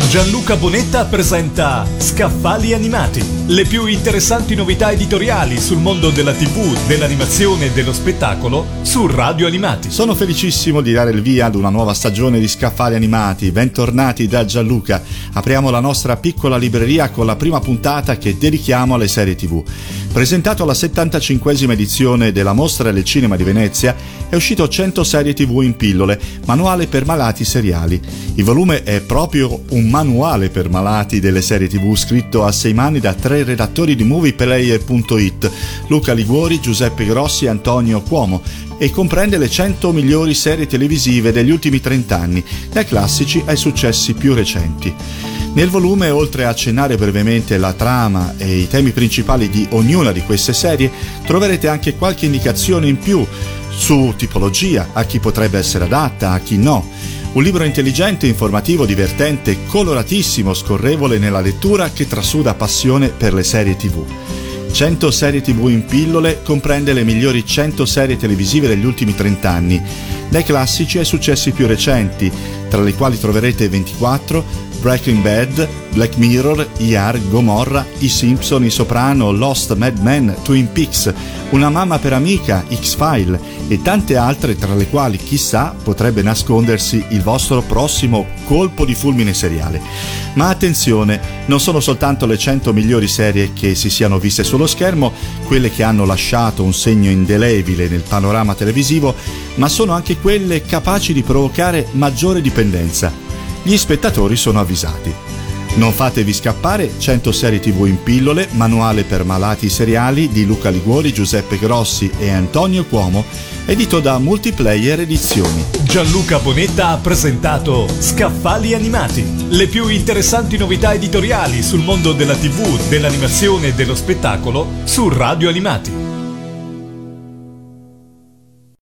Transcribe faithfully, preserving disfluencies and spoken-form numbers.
Gianluca Bonetta presenta Scaffali Animati, le più interessanti novità editoriali sul mondo della tivù, dell'animazione e dello spettacolo su Radio Animati. Sono felicissimo di dare il via ad una nuova stagione di Scaffali Animati. Bentornati da Gianluca. Apriamo la nostra piccola libreria con la prima puntata che dedichiamo alle serie tivù. Presentato alla settantacinquesima edizione della Mostra del Cinema di Venezia, è uscito cento serie tivù in pillole, manuale per malati seriali. Il volume è proprio un manuale per malati delle serie tivù, scritto a sei mani da tre redattori di Movieplayer punto it, Luca Liguori, Giuseppe Grossi e Antonio Cuomo, e comprende le cento migliori serie televisive degli ultimi trent'anni, dai classici ai successi più recenti. Nel volume, oltre a accennare brevemente la trama e i temi principali di ognuna di queste serie, troverete anche qualche indicazione in più su tipologia, a chi potrebbe essere adatta, a chi no. Un libro intelligente, informativo, divertente, coloratissimo, scorrevole nella lettura, che trasuda passione per le serie tivù. cento serie tivù in pillole comprende le migliori cento serie televisive degli ultimi trent'anni, dai classici ai successi più recenti, tra le quali troverete ventiquattro, Breaking Bad, Black Mirror, E R, Gomorra, I Simpson, I Soprano, Lost, Mad Men, Twin Peaks, Una mamma per amica, X-File e tante altre, tra le quali chissà potrebbe nascondersi il vostro prossimo colpo di fulmine seriale. Ma attenzione, non sono soltanto le cento migliori serie che si siano viste sullo schermo, quelle che hanno lasciato un segno indelebile nel panorama televisivo, ma sono anche quelle capaci di provocare maggiore dipendenza. Gli spettatori sono avvisati. Non fatevi scappare cento serie tivù in pillole, manuale per malati seriali di Luca Liguori, Giuseppe Grossi e Antonio Cuomo, edito da Multiplayer Edizioni. Gianluca Bonetta ha presentato Scaffali Animati, le più interessanti novità editoriali sul mondo della tivù, dell'animazione e dello spettacolo su Radio Animati.